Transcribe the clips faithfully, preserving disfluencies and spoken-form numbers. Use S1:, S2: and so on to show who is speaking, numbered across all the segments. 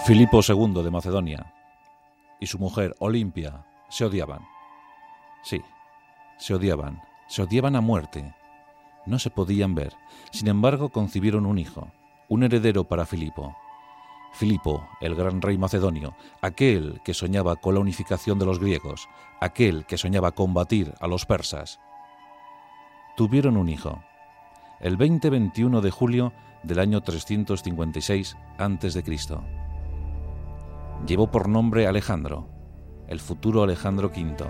S1: Filipo segundo de Macedonia y su mujer Olimpia se odiaban. Sí, se odiaban, se odiaban a muerte. No se podían ver. Sin embargo, concibieron un hijo, un heredero para Filipo. Filipo, el gran rey macedonio, aquel que soñaba con la unificación de los griegos, aquel que soñaba combatir a los persas. Tuvieron un hijo, el veinte veintiuno de julio del año trescientos cincuenta y seis antes de Cristo. Llevó por nombre Alejandro, el futuro Alejandro quinto.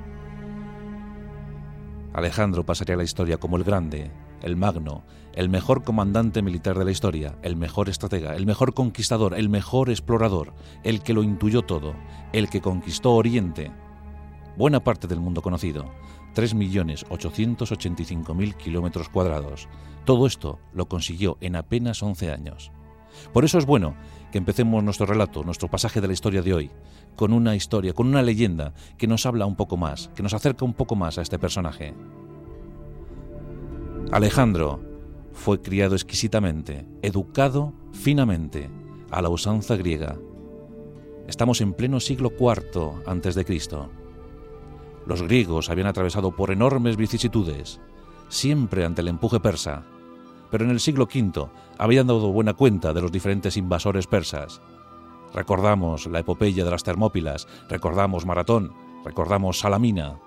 S1: Alejandro pasaría a la historia como el grande, el magno, el mejor comandante militar de la historia, el mejor estratega, el mejor conquistador, el mejor explorador, el que lo intuyó todo, el que conquistó Oriente, buena parte del mundo conocido, tres millones ochocientos ochenta y cinco mil kilómetros cuadrados. Todo esto lo consiguió en apenas once años. Por eso es bueno que empecemos nuestro relato, nuestro pasaje de la historia de hoy, con una historia, con una leyenda que nos habla un poco más, que nos acerca un poco más a este personaje. Alejandro fue criado exquisitamente, educado finamente, a la usanza griega. Estamos en pleno siglo cuarto antes de Cristo. Los griegos habían atravesado por enormes vicisitudes, siempre ante el empuje persa, pero en el siglo quinto habían dado buena cuenta de los diferentes invasores persas. Recordamos la epopeya de las Termópilas, recordamos Maratón, recordamos Salamina,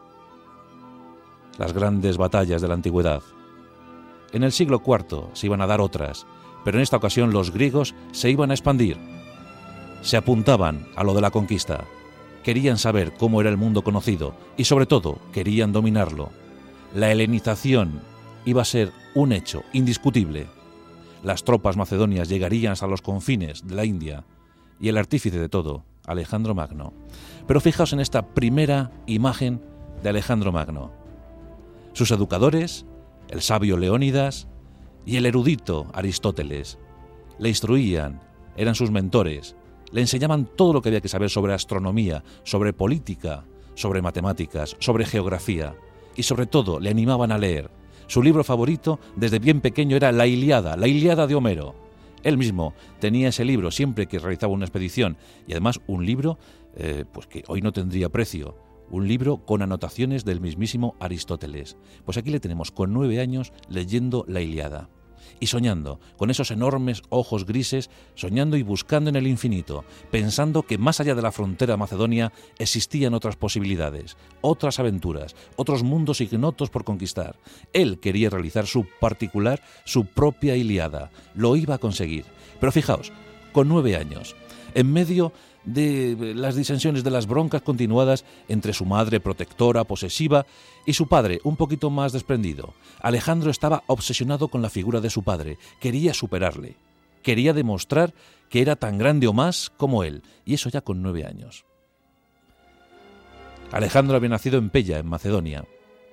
S1: las grandes batallas de la antigüedad. En el siglo cuarto se iban a dar otras, pero en esta ocasión los griegos se iban a expandir. Se apuntaban a lo de la conquista. Querían saber cómo era el mundo conocido y, sobre todo, querían dominarlo. La helenización iba a ser un hecho indiscutible. Las tropas macedonias llegarían hasta los confines de la India y el artífice de todo, Alejandro Magno. Pero fijaos en esta primera imagen de Alejandro Magno. Sus educadores, el sabio Leónidas y el erudito Aristóteles, le instruían, eran sus mentores, le enseñaban todo lo que había que saber sobre astronomía, sobre política, sobre matemáticas, sobre geografía y sobre todo le animaban a leer. Su libro favorito desde bien pequeño era La Ilíada, la Ilíada de Homero. Él mismo tenía ese libro siempre que realizaba una expedición y además un libro eh, pues que hoy no tendría precio, un libro con anotaciones del mismísimo Aristóteles. Pues aquí le tenemos con nueve años leyendo La Ilíada y soñando, con esos enormes ojos grises, soñando y buscando en el infinito, pensando que más allá de la frontera macedonia existían otras posibilidades, otras aventuras, otros mundos ignotos por conquistar. Él quería realizar su particular, su propia Ilíada. Lo iba a conseguir. Pero fijaos, con nueve años, en medio de las disensiones, de las broncas continuadas entre su madre protectora, posesiva, y su padre, un poquito más desprendido. Alejandro estaba obsesionado con la figura de su padre, quería superarle, quería demostrar que era tan grande o más como él, y eso ya con nueve años. Alejandro había nacido en Pella, en Macedonia,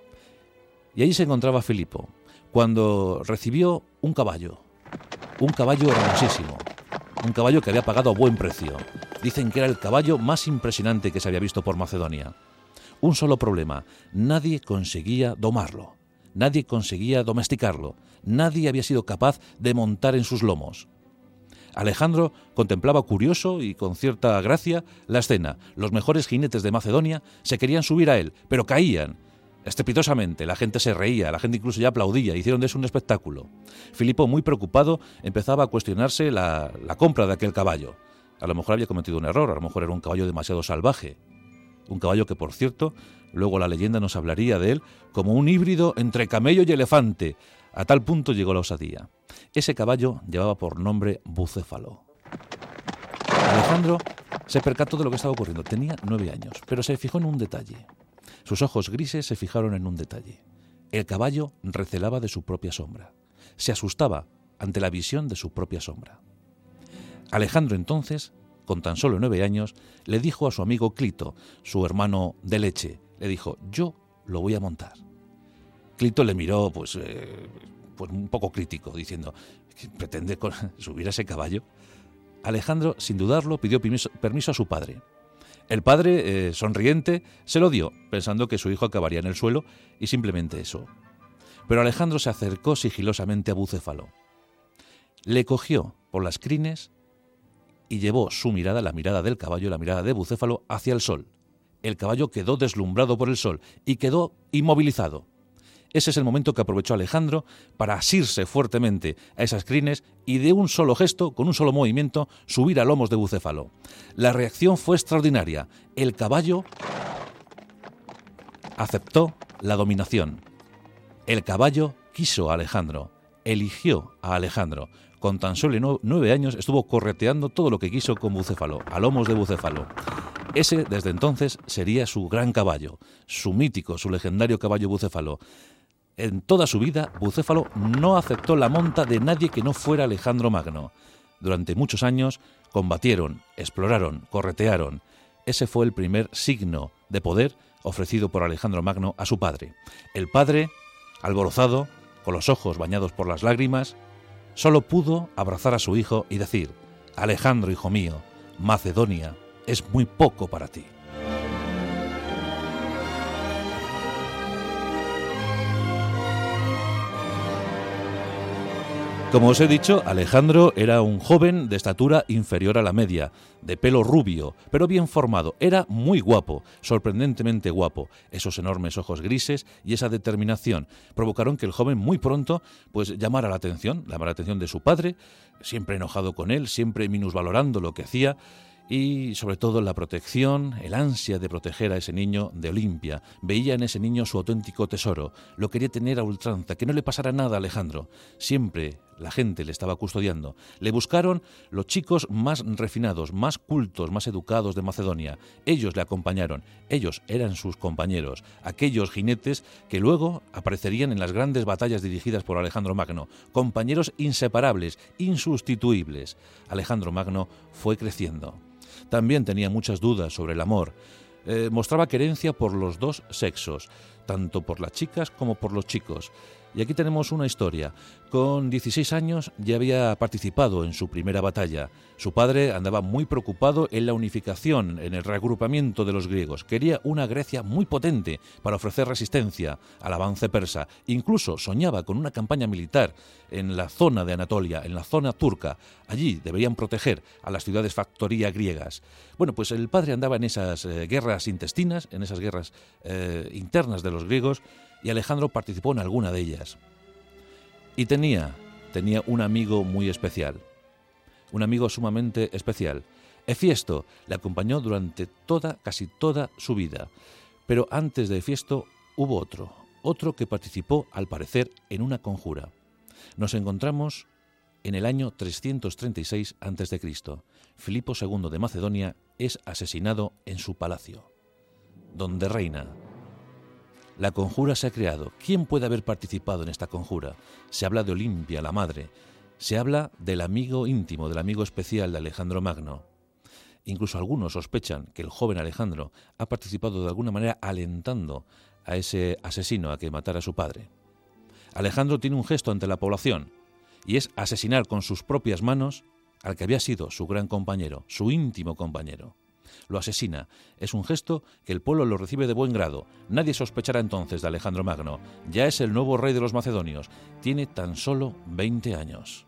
S1: y allí se encontraba Filipo, cuando recibió un caballo, un caballo hermosísimo, un caballo que había pagado a buen precio. Dicen que era el caballo más impresionante que se había visto por Macedonia. Un solo problema, nadie conseguía domarlo, nadie conseguía domesticarlo, nadie había sido capaz de montar en sus lomos. Alejandro contemplaba curioso y con cierta gracia la escena. Los mejores jinetes de Macedonia se querían subir a él, pero caían estrepitosamente, la gente se reía, la gente incluso ya aplaudía, hicieron de eso un espectáculo. Filipo, muy preocupado, empezaba a cuestionarse la, la compra de aquel caballo. A lo mejor había cometido un error, a lo mejor era un caballo demasiado salvaje. Un caballo que, por cierto, luego la leyenda nos hablaría de él como un híbrido entre camello y elefante. A tal punto llegó la osadía. Ese caballo llevaba por nombre Bucéfalo. Alejandro se percató de lo que estaba ocurriendo. Tenía nueve años, pero se fijó en un detalle. Sus ojos grises se fijaron en un detalle. El caballo recelaba de su propia sombra. Se asustaba ante la visión de su propia sombra. Alejandro entonces, con tan solo nueve años, le dijo a su amigo Clito, su hermano de leche, le dijo, yo lo voy a montar. Clito le miró pues, eh, pues un poco crítico, diciendo, ¿pretende subir a ese caballo? Alejandro, sin dudarlo, pidió permiso, permiso a su padre. El padre, eh, sonriente, se lo dio, pensando que su hijo acabaría en el suelo, y simplemente eso. Pero Alejandro se acercó sigilosamente a Bucéfalo. Le cogió por las crines y llevó su mirada, la mirada del caballo, la mirada de Bucéfalo, hacia el sol. El caballo quedó deslumbrado por el sol y quedó inmovilizado. Ese es el momento que aprovechó Alejandro para asirse fuertemente a esas crines y de un solo gesto, con un solo movimiento, subir a lomos de Bucéfalo. La reacción fue extraordinaria. El caballo aceptó la dominación. El caballo quiso a Alejandro, eligió a Alejandro. Con tan solo nueve años estuvo correteando todo lo que quiso con Bucéfalo, a lomos de Bucéfalo. Ese, desde entonces, sería su gran caballo, su mítico, su legendario caballo Bucéfalo. En toda su vida, Bucéfalo no aceptó la monta de nadie que no fuera Alejandro Magno. Durante muchos años combatieron, exploraron, corretearon. Ese fue el primer signo de poder ofrecido por Alejandro Magno a su padre. El padre, alborozado, con los ojos bañados por las lágrimas, solo pudo abrazar a su hijo y decir: Alejandro, hijo mío, Macedonia es muy poco para ti. Como os he dicho, Alejandro era un joven de estatura inferior a la media, de pelo rubio, pero bien formado. Era muy guapo, sorprendentemente guapo. Esos enormes ojos grises y esa determinación provocaron que el joven muy pronto pues llamara la atención, llamara la atención de su padre, siempre enojado con él, siempre minusvalorando lo que hacía, y sobre todo la protección, el ansia de proteger a ese niño de Olimpia. Veía en ese niño su auténtico tesoro, lo quería tener a ultranza, que no le pasara nada a Alejandro. Siempre la gente le estaba custodiando. Le buscaron los chicos más refinados, más cultos, más educados de Macedonia. Ellos le acompañaron, ellos eran sus compañeros, aquellos jinetes que luego aparecerían en las grandes batallas dirigidas por Alejandro Magno, compañeros inseparables, insustituibles. Alejandro Magno fue creciendo. También tenía muchas dudas sobre el amor. Eh, mostraba querencia por los dos sexos, tanto por las chicas como por los chicos. Y aquí tenemos una historia. Con dieciséis años ya había participado en su primera batalla. Su padre andaba muy preocupado en la unificación, en el reagrupamiento de los griegos. Quería una Grecia muy potente para ofrecer resistencia al avance persa. Incluso soñaba con una campaña militar en la zona de Anatolia, en la zona turca. Allí deberían proteger a las ciudades factoría griegas. Bueno, pues el padre andaba en esas eh, guerras intestinas, en esas guerras eh, internas de los griegos, y Alejandro participó en alguna de ellas. Y tenía, tenía un amigo muy especial, un amigo sumamente especial. Hefiesto le acompañó durante toda, casi toda su vida. Pero antes de Hefiesto hubo otro, otro que participó, al parecer, en una conjura. Nos encontramos en el año trescientos treinta y seis antes de Cristo. Filipo segundo de Macedonia es asesinado en su palacio, donde reina. La conjura se ha creado. ¿Quién puede haber participado en esta conjura? Se habla de Olimpia, la madre. Se habla del amigo íntimo, del amigo especial de Alejandro Magno. Incluso algunos sospechan que el joven Alejandro ha participado de alguna manera alentando a ese asesino a que matara a su padre. Alejandro tiene un gesto ante la población y es asesinar con sus propias manos al que había sido su gran compañero, su íntimo compañero. Lo asesina. Es un gesto que el pueblo lo recibe de buen grado. Nadie sospechará entonces de Alejandro Magno. Ya es el nuevo rey de los macedonios. Tiene tan solo veinte años.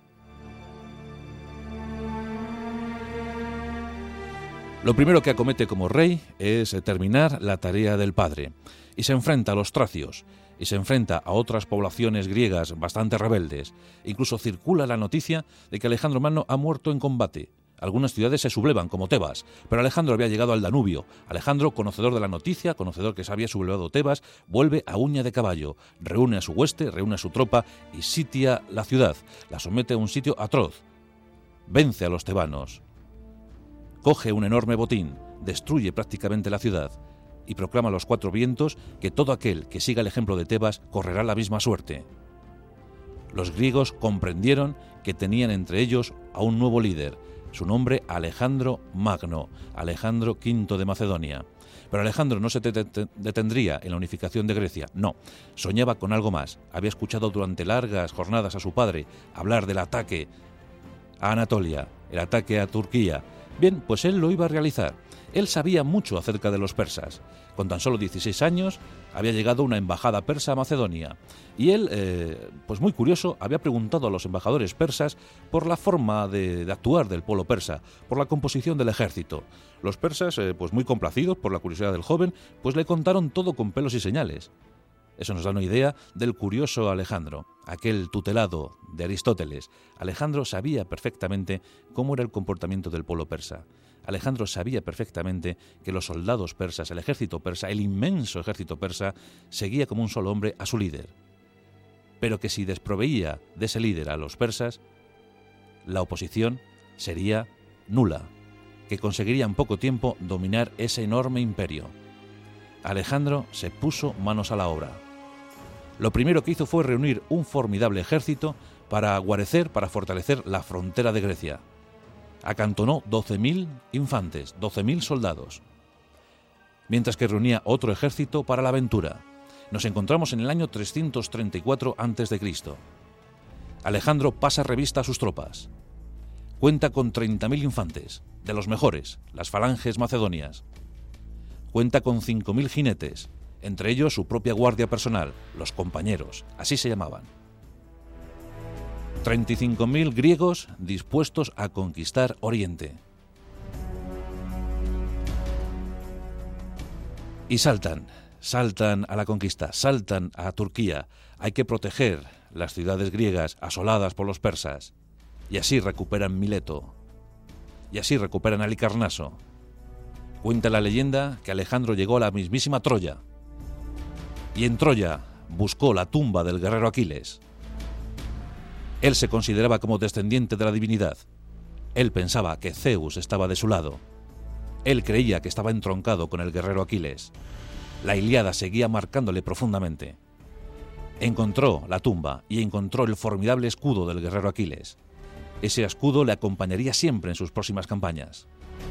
S1: Lo primero que acomete como rey es terminar la tarea del padre. Y se enfrenta a los tracios. Y se enfrenta a otras poblaciones griegas bastante rebeldes. Incluso circula la noticia de que Alejandro Magno ha muerto en combate. Algunas ciudades se sublevan, como Tebas, pero Alejandro había llegado al Danubio. Alejandro, conocedor de la noticia, conocedor que se había sublevado Tebas, vuelve a uña de caballo, reúne a su hueste, reúne a su tropa y sitia la ciudad. La somete a un sitio atroz. Vence a los tebanos. Coge un enorme botín, destruye prácticamente la ciudad y proclama a los cuatro vientos que todo aquel que siga el ejemplo de Tebas correrá la misma suerte. Los griegos comprendieron que tenían entre ellos a un nuevo líder. Su nombre, Alejandro Magno, Alejandro quinto de Macedonia. Pero Alejandro no se detendría en la unificación de Grecia, no. Soñaba con algo más. Había escuchado durante largas jornadas a su padre hablar del ataque a Anatolia, el ataque a Turquía. Bien, pues él lo iba a realizar. Él sabía mucho acerca de los persas. Con tan solo dieciséis años había llegado una embajada persa a Macedonia y él, eh, pues muy curioso, había preguntado a los embajadores persas por la forma de, de actuar del pueblo persa, por la composición del ejército. Los persas, eh, pues muy complacidos por la curiosidad del joven, pues le contaron todo con pelos y señales. Eso nos da una idea del curioso Alejandro, aquel tutelado de Aristóteles. Alejandro sabía perfectamente cómo era el comportamiento del pueblo persa. Alejandro sabía perfectamente que los soldados persas, el ejército persa, el inmenso ejército persa, seguía como un solo hombre a su líder. Pero que si desproveía de ese líder a los persas, la oposición sería nula, que conseguiría en poco tiempo dominar ese enorme imperio. Alejandro se puso manos a la obra. Lo primero que hizo fue reunir un formidable ejército para guarecer, para fortalecer la frontera de Grecia. Acantonó doce mil infantes, doce mil soldados, mientras que reunía otro ejército para la aventura. Nos encontramos en el año trescientos treinta y cuatro antes de Cristo Alejandro pasa revista a sus tropas. Cuenta con treinta mil infantes, de los mejores, las falanges macedonias. Cuenta con cinco mil jinetes, entre ellos su propia guardia personal, los compañeros, así se llamaban. treinta y cinco mil griegos dispuestos a conquistar Oriente. Y saltan, saltan a la conquista, saltan a Turquía. Hay que proteger las ciudades griegas asoladas por los persas. Y así recuperan Mileto. Y así recuperan Halicarnaso. Cuenta la leyenda que Alejandro llegó a la mismísima Troya. Y en Troya buscó la tumba del guerrero Aquiles. Él se consideraba como descendiente de la divinidad. Él pensaba que Zeus estaba de su lado. Él creía que estaba entroncado con el guerrero Aquiles. La Ilíada seguía marcándole profundamente. Encontró la tumba y encontró el formidable escudo del guerrero Aquiles. Ese escudo le acompañaría siempre en sus próximas campañas.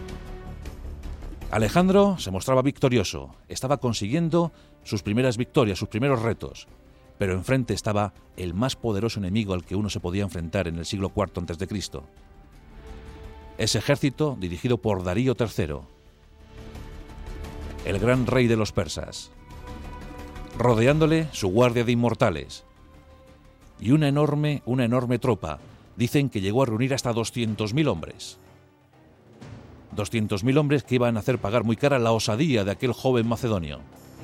S1: Alejandro se mostraba victorioso, estaba consiguiendo sus primeras victorias, sus primeros retos, pero enfrente estaba el más poderoso enemigo al que uno se podía enfrentar en el siglo cuarto antes de Cristo. Ese ejército dirigido por Darío tercero, el gran rey de los persas, rodeándole su guardia de inmortales y una enorme, una enorme tropa. Dicen que llegó a reunir hasta doscientos mil hombres. doscientos mil hombres que iban a hacer pagar muy cara la osadía de aquel joven macedonio.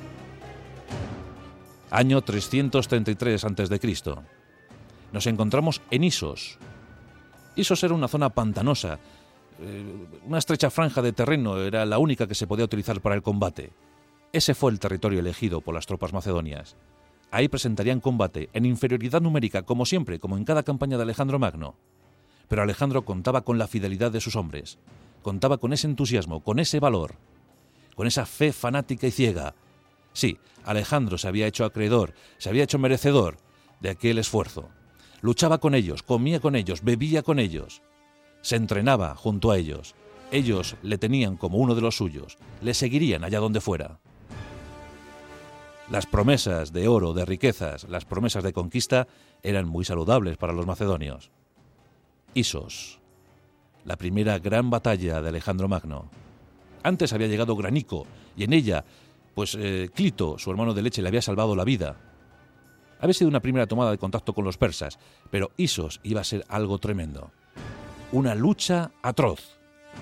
S1: Año trescientos treinta y tres antes de Cristo Nos encontramos en Isos. Isos era una zona pantanosa. Una estrecha franja de terreno era la única que se podía utilizar para el combate. Ese fue el territorio elegido por las tropas macedonias. Ahí presentarían combate en inferioridad numérica, como siempre, como en cada campaña de Alejandro Magno. Pero Alejandro contaba con la fidelidad de sus hombres, contaba con ese entusiasmo, con ese valor, con esa fe fanática y ciega. Sí, Alejandro se había hecho acreedor, se había hecho merecedor de aquel esfuerzo. Luchaba con ellos, comía con ellos, bebía con ellos. Se entrenaba junto a ellos. Ellos le tenían como uno de los suyos, le seguirían allá donde fuera. Las promesas de oro, de riquezas, las promesas de conquista eran muy saludables para los macedonios. Isos, la primera gran batalla de Alejandro Magno. Antes había llegado Granico y en ella, pues eh, Clito, su hermano de leche, le había salvado la vida. Había sido una primera tomada de contacto con los persas, pero Isos iba a ser algo tremendo. Una lucha atroz.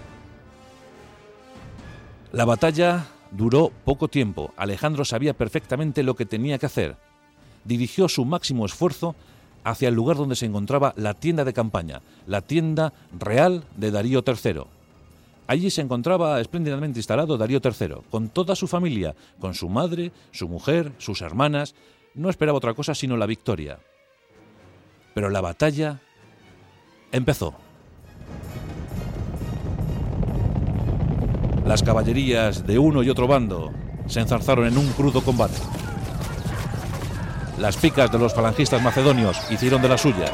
S1: La batalla duró poco tiempo. Alejandro sabía perfectamente lo que tenía que hacer. Dirigió su máximo esfuerzo hacia el lugar donde se encontraba la tienda de campaña, la tienda real de Darío tercero. Allí se encontraba espléndidamente instalado Darío tercero, con toda su familia, con su madre, su mujer, sus hermanas. No esperaba otra cosa sino la victoria. Pero la batalla empezó. Las caballerías de uno y otro bando se enzarzaron en un crudo combate. Las picas de los falangistas macedonios hicieron de las suyas.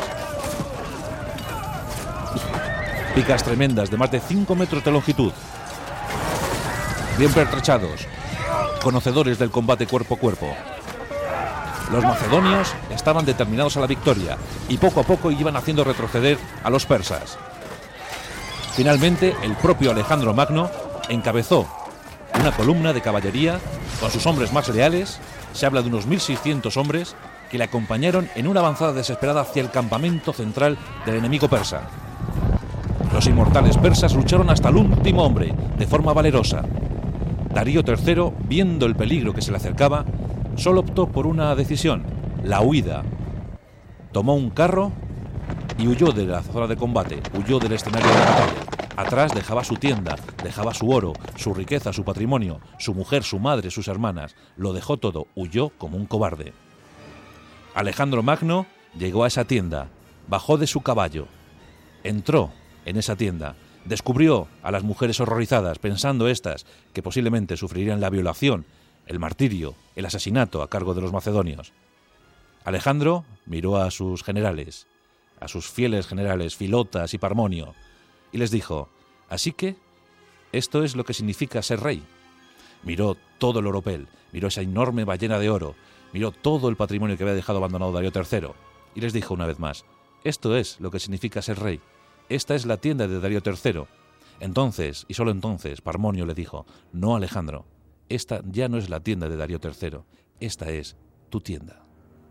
S1: Picas tremendas de más de cinco metros de longitud. Bien pertrechados, conocedores del combate cuerpo a cuerpo. Los macedonios estaban determinados a la victoria y poco a poco iban haciendo retroceder a los persas. Finalmente, el propio Alejandro Magno encabezó una columna de caballería con sus hombres más leales. Se habla de unos mil seiscientos hombres que le acompañaron en una avanzada desesperada hacia el campamento central del enemigo persa. Los inmortales persas lucharon hasta el último hombre, de forma valerosa. Darío tercero, viendo el peligro que se le acercaba, solo optó por una decisión: la huida. Tomó un carro y huyó de la zona de combate, huyó del escenario de la batalla. Atrás dejaba su tienda, dejaba su oro, su riqueza, su patrimonio, su mujer, su madre, sus hermanas. Lo dejó todo, huyó como un cobarde. Alejandro Magno llegó a esa tienda, bajó de su caballo, entró en esa tienda, descubrió a las mujeres horrorizadas, pensando estas que posiblemente sufrirían la violación, el martirio, el asesinato a cargo de los macedonios. Alejandro miró a sus generales, a sus fieles generales Filotas y Parmonio, y les dijo: así que esto es lo que significa ser rey. Miró todo el oropel, miró esa enorme ballena de oro, miró todo el patrimonio que había dejado abandonado Darío tercero, y les dijo una vez más: esto es lo que significa ser rey. Esta es la tienda de Darío tercero. Entonces, y solo entonces, Parmonio le dijo: no, Alejandro, esta ya no es la tienda de Darío tercero, esta es tu tienda.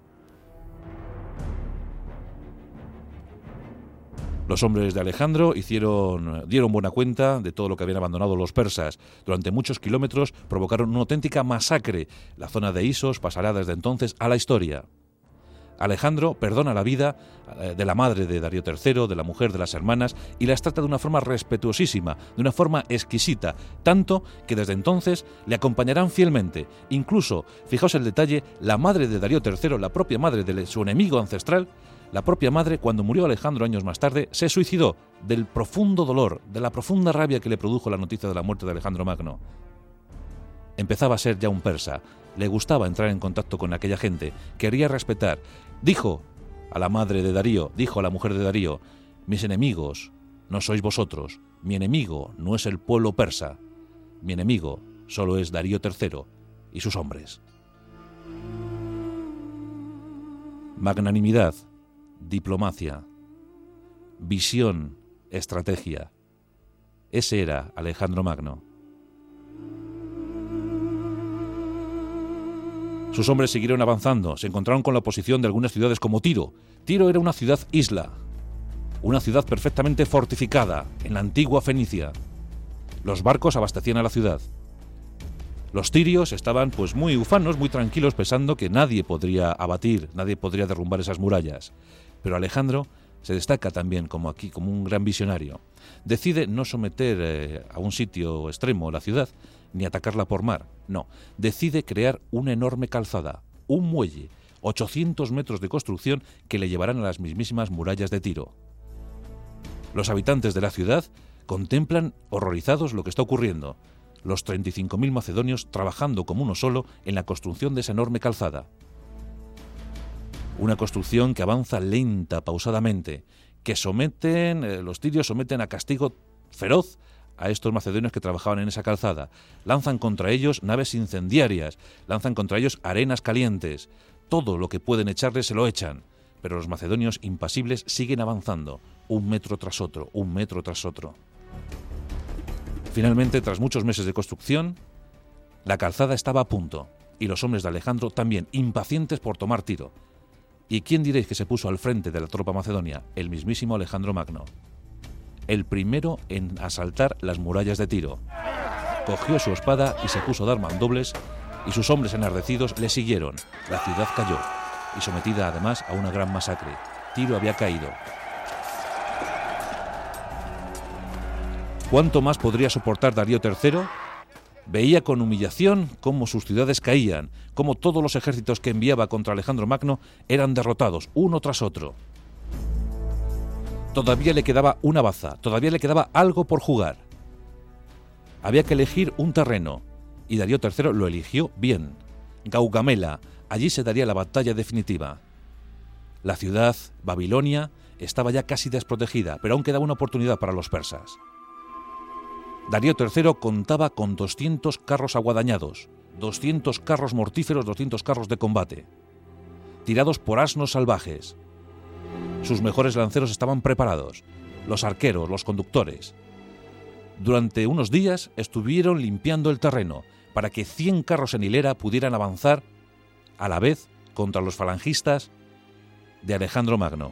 S1: Los hombres de Alejandro hicieron, dieron buena cuenta de todo lo que habían abandonado los persas. Durante muchos kilómetros provocaron una auténtica masacre. La zona de Isos pasará desde entonces a la historia. Alejandro perdona la vida de la madre de Darío tercero, de la mujer de las hermanas, y las trata de una forma respetuosísima, de una forma exquisita, tanto que desde entonces le acompañarán fielmente. Incluso, fijaos el detalle, la madre de Darío tercero, la propia madre de su enemigo ancestral, la propia madre, cuando murió Alejandro años más tarde, se suicidó del profundo dolor, de la profunda rabia que le produjo la noticia de la muerte de Alejandro Magno. Empezaba a ser ya un persa, le gustaba entrar en contacto con aquella gente, quería respetar. Dijo a la madre de Darío, dijo a la mujer de Darío: mis enemigos no sois vosotros, mi enemigo no es el pueblo persa, mi enemigo solo es Darío tercero y sus hombres. Magnanimidad, diplomacia, visión, estrategia. Ese era Alejandro Magno. Sus hombres siguieron avanzando, se encontraron con la oposición de algunas ciudades como Tiro. Tiro era una ciudad-isla, una ciudad perfectamente fortificada en la antigua Fenicia. Los barcos abastecían a la ciudad. Los tirios estaban pues muy ufanos, muy tranquilos, pensando que nadie podría abatir, nadie podría derrumbar esas murallas. Pero Alejandro se destaca también como aquí, como un gran visionario. Decide no someter eh, a un sitio extremo la ciudad, ni atacarla por mar. No, decide crear una enorme calzada, un muelle, ochocientos metros de construcción que le llevarán a las mismísimas murallas de Tiro. Los habitantes de la ciudad contemplan horrorizados lo que está ocurriendo. Los treinta y cinco mil macedonios trabajando como uno solo en la construcción de esa enorme calzada. Una construcción que avanza lenta, pausadamente, que someten, eh, los tirios someten a castigo feroz a estos macedonios que trabajaban en esa calzada. Lanzan contra ellos naves incendiarias, lanzan contra ellos arenas calientes. Todo lo que pueden echarles se lo echan, pero los macedonios impasibles siguen avanzando, un metro tras otro, un metro tras otro. Finalmente, tras muchos meses de construcción, la calzada estaba a punto, y los hombres de Alejandro también, impacientes por tomar Tiro. ¿Y quién diréis que se puso al frente de la tropa macedonia? El mismísimo Alejandro Magno. El primero en asaltar las murallas de Tiro. Cogió su espada y se puso a dar mandobles, y sus hombres enardecidos le siguieron. La ciudad cayó, y sometida además a una gran masacre. Tiro había caído. ¿Cuánto más podría soportar Darío tercero? Veía con humillación cómo sus ciudades caían, cómo todos los ejércitos que enviaba contra Alejandro Magno eran derrotados, uno tras otro. Todavía le quedaba una baza, todavía le quedaba algo por jugar. Había que elegir un terreno, y Darío tercero lo eligió bien. Gaugamela, allí se daría la batalla definitiva. La ciudad, Babilonia, estaba ya casi desprotegida, pero aún quedaba una oportunidad para los persas. Darío tercero contaba con doscientos carros aguadañados, doscientos carros mortíferos, doscientos carros de combate, tirados por asnos salvajes. Sus mejores lanceros estaban preparados, los arqueros, los conductores. Durante unos días estuvieron limpiando el terreno para que cien carros en hilera pudieran avanzar a la vez contra los falangistas de Alejandro Magno.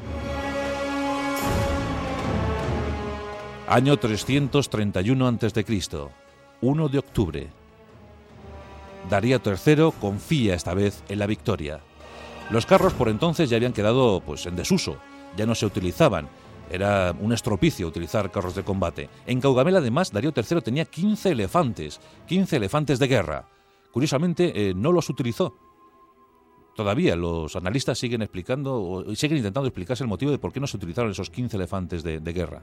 S1: Año trescientos treinta y uno antes de Cristo, uno de octubre. Darío tercero confía esta vez en la victoria. Los carros por entonces ya habían quedado pues, en desuso, ya no se utilizaban. Era un estropicio utilizar carros de combate. En Caugamel, además, Darío tercero tenía quince elefantes, quince elefantes de guerra. Curiosamente, eh, no los utilizó. Todavía los analistas siguen explicando, o siguen intentando explicarse el motivo de por qué no se utilizaron esos quince elefantes de, de guerra.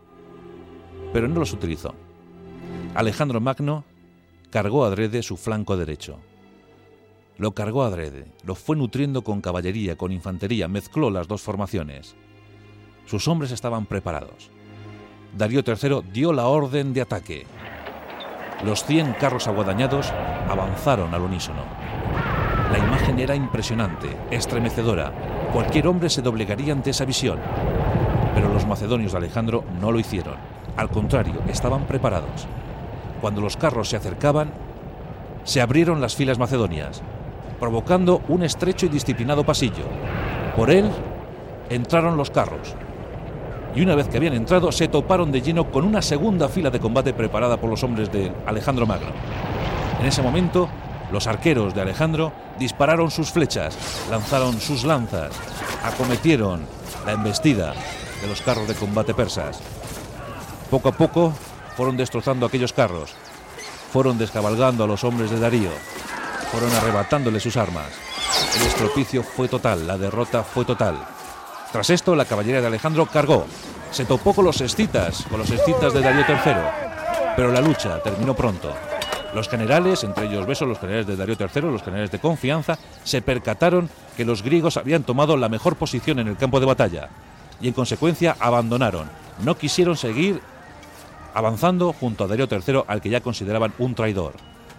S1: Pero no los utilizó. Alejandro Magno cargó adrede su flanco derecho. Lo cargó adrede, lo fue nutriendo con caballería, con infantería, mezcló las dos formaciones. Sus hombres estaban preparados. Darío tercero dio la orden de ataque. Los cien carros aguadañados avanzaron al unísono. La imagen era impresionante, estremecedora. Cualquier hombre se doblegaría ante esa visión. Pero los macedonios de Alejandro no lo hicieron. Al contrario, estaban preparados. Cuando los carros se acercaban, se abrieron las filas macedonias, provocando un estrecho y disciplinado pasillo. Por él entraron los carros. Y una vez que habían entrado, se toparon de lleno con una segunda fila de combate preparada por los hombres de Alejandro Magno. En ese momento, los arqueros de Alejandro dispararon sus flechas, lanzaron sus lanzas, acometieron la embestida de los carros de combate persas. Poco a poco fueron destrozando aquellos carros, fueron descabalgando a los hombres de Darío, fueron arrebatándole sus armas. El estropicio fue total, la derrota fue total. Tras esto, la caballería de Alejandro cargó, se topó con los escitas, con los escitas de Darío tercero, pero la lucha terminó pronto. Los generales, entre ellos Beso, los generales de Darío tercero, los generales de confianza, se percataron que los griegos habían tomado la mejor posición en el campo de batalla y en consecuencia abandonaron. No quisieron seguir avanzando junto a Darío tercero, al que ya consideraban un traidor.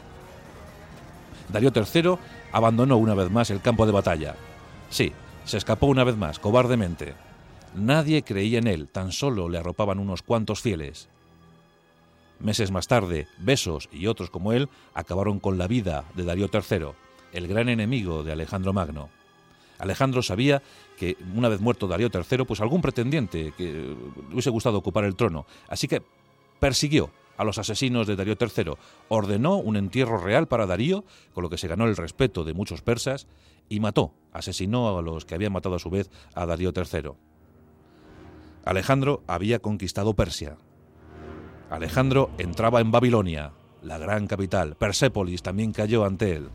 S1: Darío tercero abandonó una vez más el campo de batalla. Sí, se escapó una vez más, cobardemente. Nadie creía en él, tan solo le arropaban unos cuantos fieles. Meses más tarde, Besos y otros como él acabaron con la vida de Darío tercero, el gran enemigo de Alejandro Magno. Alejandro sabía que, una vez muerto Darío tercero, pues algún pretendiente que le hubiese gustado ocupar el trono, así que persiguió a los asesinos de Darío tercero, ordenó un entierro real para Darío, con lo que se ganó el respeto de muchos persas, y mató, asesinó a los que habían matado a su vez a Darío tercero. Alejandro había conquistado Persia. Alejandro entraba en Babilonia, la gran capital. Persépolis también cayó ante él.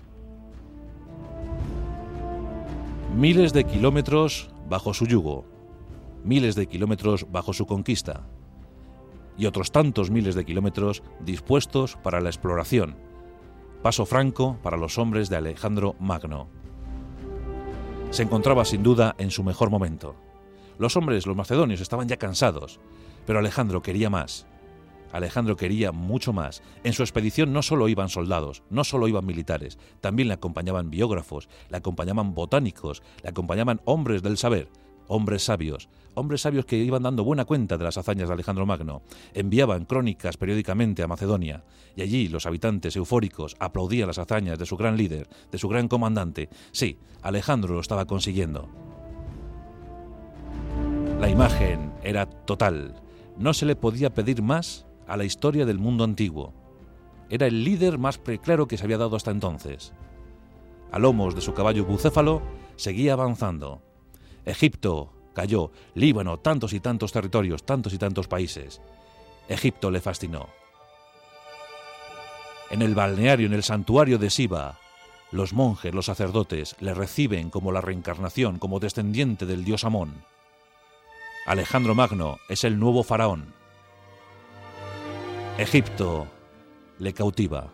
S1: Miles de kilómetros bajo su yugo, miles de kilómetros bajo su conquista, y otros tantos miles de kilómetros dispuestos para la exploración. Paso franco para los hombres de Alejandro Magno. Se encontraba sin duda en su mejor momento. Los hombres, los macedonios, estaban ya cansados, pero Alejandro quería más. Alejandro quería mucho más. En su expedición no solo iban soldados, no solo iban militares, también le acompañaban biógrafos, le acompañaban botánicos, le acompañaban hombres del saber, hombres sabios, hombres sabios que iban dando buena cuenta de las hazañas de Alejandro Magno. Enviaban crónicas periódicamente a Macedonia, y allí los habitantes eufóricos aplaudían las hazañas de su gran líder, de su gran comandante. Sí, Alejandro lo estaba consiguiendo. La imagen era total. No se le podía pedir más a la historia del mundo antiguo. Era el líder más preclaro que se había dado hasta entonces. A lomos de su caballo bucéfalo seguía avanzando. Egipto cayó, Líbano, tantos y tantos territorios, tantos y tantos países. Egipto le fascinó. En el balneario, en el santuario de Siba, los monjes, los sacerdotes, le reciben como la reencarnación, como descendiente del dios Amón. Alejandro Magno es el nuevo faraón. Egipto le cautiva.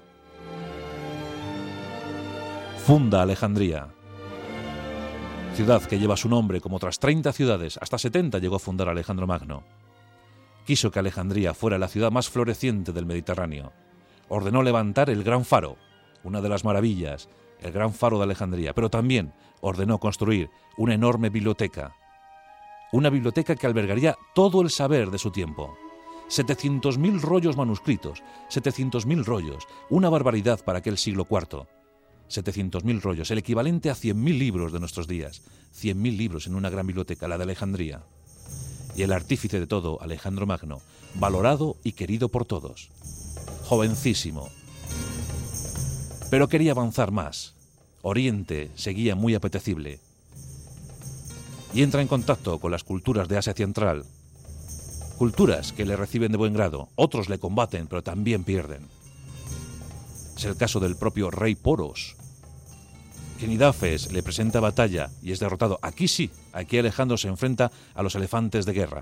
S1: Funda Alejandría, ciudad que lleva su nombre, como otras treinta ciudades, hasta setenta llegó a fundar Alejandro Magno. Quiso que Alejandría fuera la ciudad más floreciente del Mediterráneo. Ordenó levantar el Gran Faro, una de las maravillas, el Gran Faro de Alejandría, pero también ordenó construir una enorme biblioteca, una biblioteca que albergaría todo el saber de su tiempo. setecientos mil rollos manuscritos, setecientos mil rollos, una barbaridad para aquel siglo cuarto. setecientos mil rollos, el equivalente a cien mil libros de nuestros días, cien mil libros en una gran biblioteca, la de Alejandría. Y el artífice de todo, Alejandro Magno, valorado y querido por todos. Jovencísimo. Pero quería avanzar más. Oriente seguía muy apetecible. Y entra en contacto con las culturas de Asia Central. Culturas que le reciben de buen grado, otros le combaten, pero también pierden. Es el caso del propio rey Poros, quien Idafes le presenta batalla y es derrotado. Aquí sí, aquí Alejandro se enfrenta a los elefantes de guerra.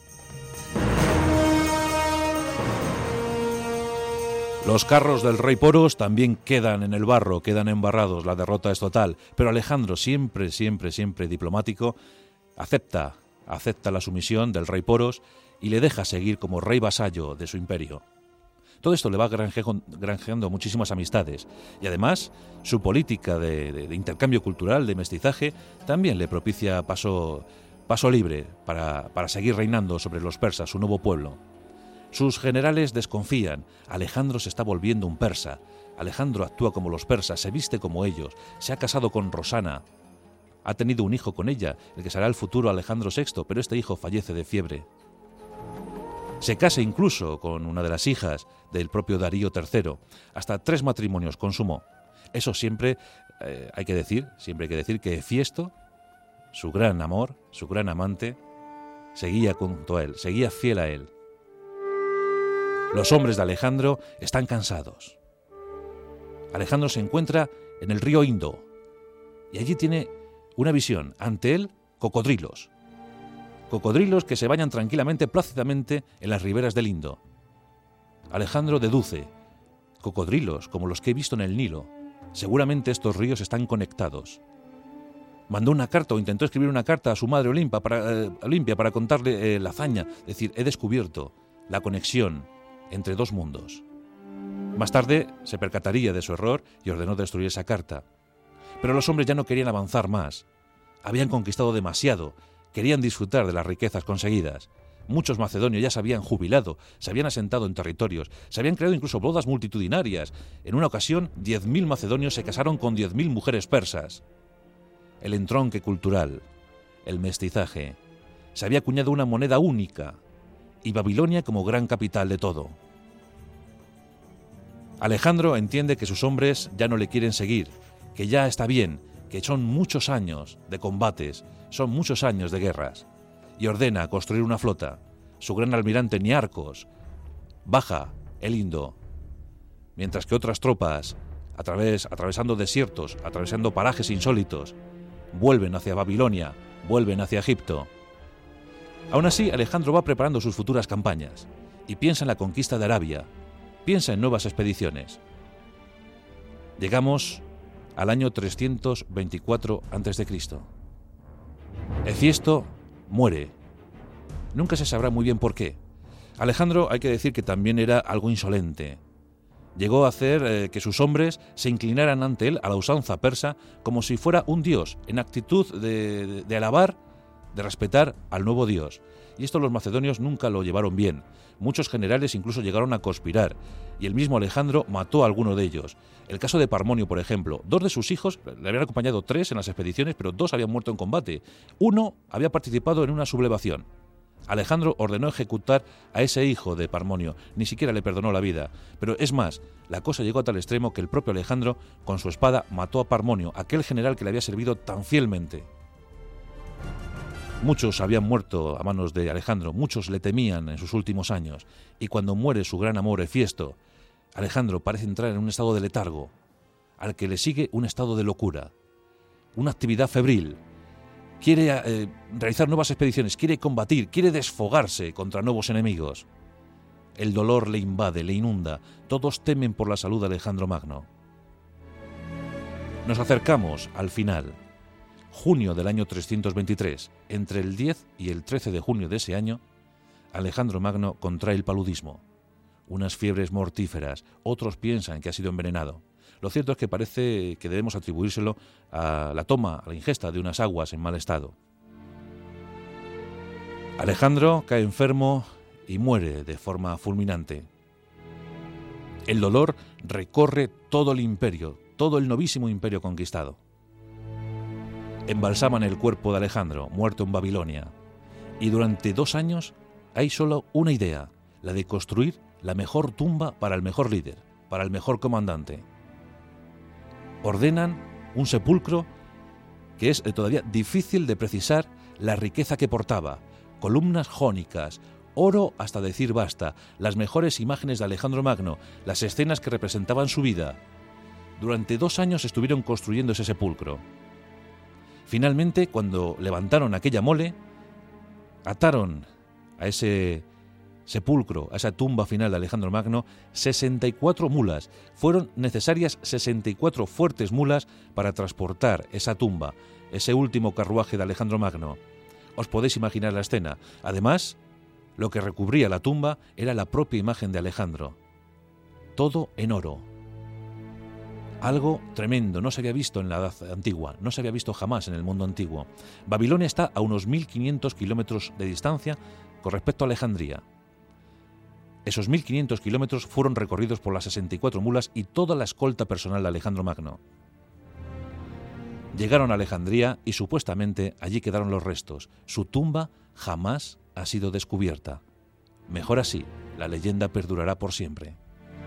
S1: Los carros del rey Poros también quedan en el barro, quedan embarrados, la derrota es total, pero Alejandro, siempre, siempre, siempre diplomático, acepta, acepta la sumisión del rey Poros y le deja seguir como rey vasallo de su imperio. Todo esto le va granjeando muchísimas amistades y además su política de, de, de intercambio cultural, de mestizaje, también le propicia paso, paso libre para, para seguir reinando sobre los persas, su nuevo pueblo. Sus generales desconfían, Alejandro se está volviendo un persa, Alejandro actúa como los persas, se viste como ellos, se ha casado con Rosana, ha tenido un hijo con ella, el que será el futuro Alejandro sexto, pero este hijo fallece de fiebre. Se casa incluso con una de las hijas del propio Darío tercero. Hasta tres matrimonios consumó. Eso siempre, eh, hay que decir, siempre hay que decir que Hefiesto, su gran amor, su gran amante, seguía junto a él, seguía fiel a él. Los hombres de Alejandro están cansados. Alejandro se encuentra en el río Indo y allí tiene una visión. Ante él, cocodrilos. Cocodrilos que se bañan tranquilamente, plácidamente en las riberas del Indo. Alejandro deduce, cocodrilos como los que he visto en el Nilo. Seguramente estos ríos están conectados. Mandó una carta o intentó escribir una carta a su madre Olimpia para, eh, Olimpia para contarle eh, la hazaña. Es decir, he descubierto la conexión entre dos mundos. Más tarde se percataría de su error y ordenó destruir esa carta. Pero los hombres ya no querían avanzar más. Habían conquistado demasiado. Querían disfrutar de las riquezas conseguidas. Muchos macedonios ya se habían jubilado, se habían asentado en territorios, se habían creado incluso bodas multitudinarias. En una ocasión, diez mil macedonios se casaron con diez mil mujeres persas. El entronque cultural, el mestizaje. Se había acuñado una moneda única y Babilonia como gran capital de todo. Alejandro entiende que sus hombres ya no le quieren seguir, que ya está bien, que son muchos años de combates, son muchos años de guerras, y ordena construir una flota. Su gran almirante Niarcos baja el Indo, mientras que otras tropas, a través, atravesando desiertos, atravesando parajes insólitos, vuelven hacia Babilonia, vuelven hacia Egipto. Aún así, Alejandro va preparando sus futuras campañas y piensa en la conquista de Arabia, piensa en nuevas expediciones. Llegamos al año trescientos veinticuatro antes de Cristo Hefiesto muere. Nunca se sabrá muy bien por qué. Alejandro, hay que decir que también era algo insolente. Llegó a hacer eh, que sus hombres se inclinaran ante él a la usanza persa como si fuera un dios, en actitud de, de, de alabar, de respetar al nuevo dios. Y esto los macedonios nunca lo llevaron bien. Muchos generales incluso llegaron a conspirar, y el mismo Alejandro mató a alguno de ellos. El caso de Parmonio, por ejemplo. Dos de sus hijos, le habían acompañado tres en las expediciones, pero dos habían muerto en combate. Uno había participado en una sublevación. Alejandro ordenó ejecutar a ese hijo de Parmonio, ni siquiera le perdonó la vida. Pero es más, la cosa llegó a tal extremo que el propio Alejandro, con su espada, mató a Parmonio, aquel general que le había servido tan fielmente. Muchos habían muerto a manos de Alejandro, muchos le temían en sus últimos años, y cuando muere su gran amor Hefiesto, Alejandro parece entrar en un estado de letargo, al que le sigue un estado de locura, una actividad febril. Quiere eh, realizar nuevas expediciones, quiere combatir, quiere desfogarse contra nuevos enemigos. El dolor le invade, le inunda, todos temen por la salud de Alejandro Magno. Nos acercamos al final. Junio del año trescientos veintitrés, entre el diez y el trece de junio de ese año, Alejandro Magno contrae el paludismo, unas fiebres mortíferas, otros piensan que ha sido envenenado. Lo cierto es que parece que debemos atribuírselo a la toma, a la ingesta de unas aguas en mal estado. Alejandro cae enfermo y muere de forma fulminante. El dolor recorre todo el imperio, todo el novísimo imperio conquistado. Embalsaman el cuerpo de Alejandro, muerto en Babilonia, y durante dos años hay solo una idea, la de construir la mejor tumba para el mejor líder, para el mejor comandante. Ordenan un sepulcro que es todavía difícil de precisar la riqueza que portaba, columnas jónicas, oro hasta decir basta, las mejores imágenes de Alejandro Magno, las escenas que representaban su vida. Durante dos años estuvieron construyendo ese sepulcro. Finalmente, cuando levantaron aquella mole, ataron a ese sepulcro, a esa tumba final de Alejandro Magno, sesenta y cuatro mulas. Fueron necesarias sesenta y cuatro fuertes mulas para transportar esa tumba, ese último carruaje de Alejandro Magno. Os podéis imaginar la escena. Además, lo que recubría la tumba era la propia imagen de Alejandro. Todo en oro. Algo tremendo, no se había visto en la Edad Antigua, no se había visto jamás en el mundo antiguo. Babilonia está a unos mil quinientos kilómetros de distancia con respecto a Alejandría. Esos mil quinientos kilómetros fueron recorridos por las sesenta y cuatro mulas y toda la escolta personal de Alejandro Magno. Llegaron a Alejandría y supuestamente allí quedaron los restos. Su tumba jamás ha sido descubierta. Mejor así, la leyenda perdurará por siempre.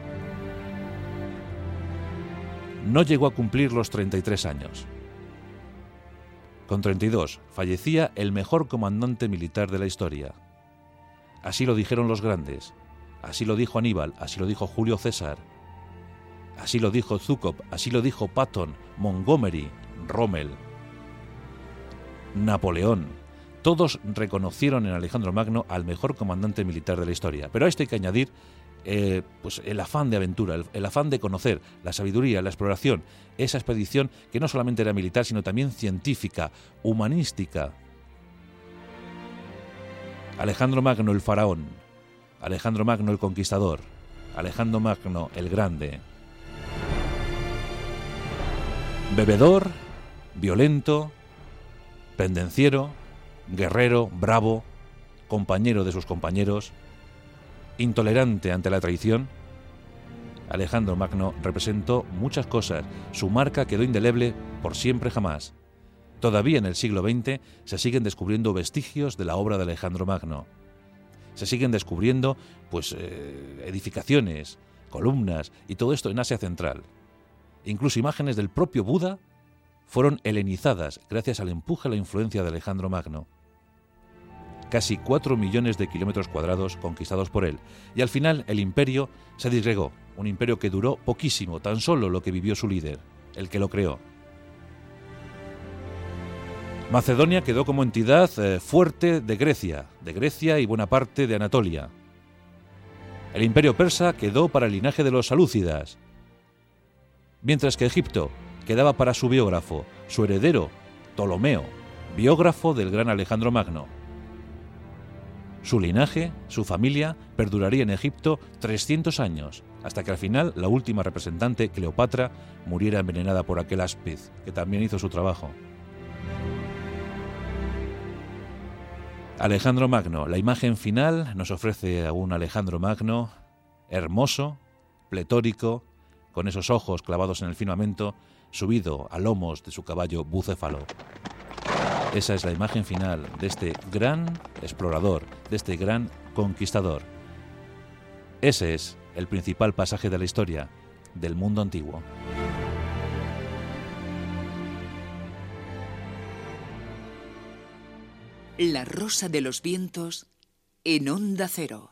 S1: No llegó a cumplir los treinta y tres años. Con treinta y dos fallecía el mejor comandante militar de la historia. Así lo dijeron los grandes. Así lo dijo Aníbal, así lo dijo Julio César. Así lo dijo Zhúkov, así lo dijo Patton, Montgomery, Rommel, Napoleón. Todos reconocieron en Alejandro Magno al mejor comandante militar de la historia. Pero a esto hay que añadir eh, pues el afán de aventura, el, el afán de conocer, la sabiduría, la exploración, esa expedición que no solamente era militar, sino también científica, humanística. Alejandro Magno el faraón, Alejandro Magno el conquistador, Alejandro Magno el grande. Bebedor, violento, pendenciero, guerrero, bravo, compañero de sus compañeros, intolerante ante la traición, Alejandro Magno representó muchas cosas. Su marca quedó indeleble por siempre jamás. Todavía en el siglo veinte se siguen descubriendo vestigios de la obra de Alejandro Magno. Se siguen descubriendo pues, eh, edificaciones, columnas y todo esto en Asia Central. Incluso imágenes del propio Buda fueron helenizadas gracias al empuje a la influencia de Alejandro Magno. Casi cuatro millones de kilómetros cuadrados conquistados por él. Y al final el imperio se disgregó. Un imperio que duró poquísimo, tan solo lo que vivió su líder, el que lo creó. Macedonia quedó como entidad eh, fuerte de Grecia, de Grecia y buena parte de Anatolia. El imperio persa quedó para el linaje de los salúcidas, mientras que Egipto quedaba para su biógrafo, su heredero, Ptolomeo, biógrafo del gran Alejandro Magno. Su linaje, su familia, perduraría en Egipto trescientos años, hasta que al final la última representante, Cleopatra, muriera envenenada por aquel áspid, que también hizo su trabajo. Alejandro Magno, la imagen final nos ofrece a un Alejandro Magno hermoso, pletórico, con esos ojos clavados en el firmamento, subido a lomos de su caballo bucéfalo. Esa es la imagen final de este gran explorador, de este gran conquistador. Ese es el principal pasaje de la historia del mundo antiguo.
S2: La rosa de los vientos en Onda Cero.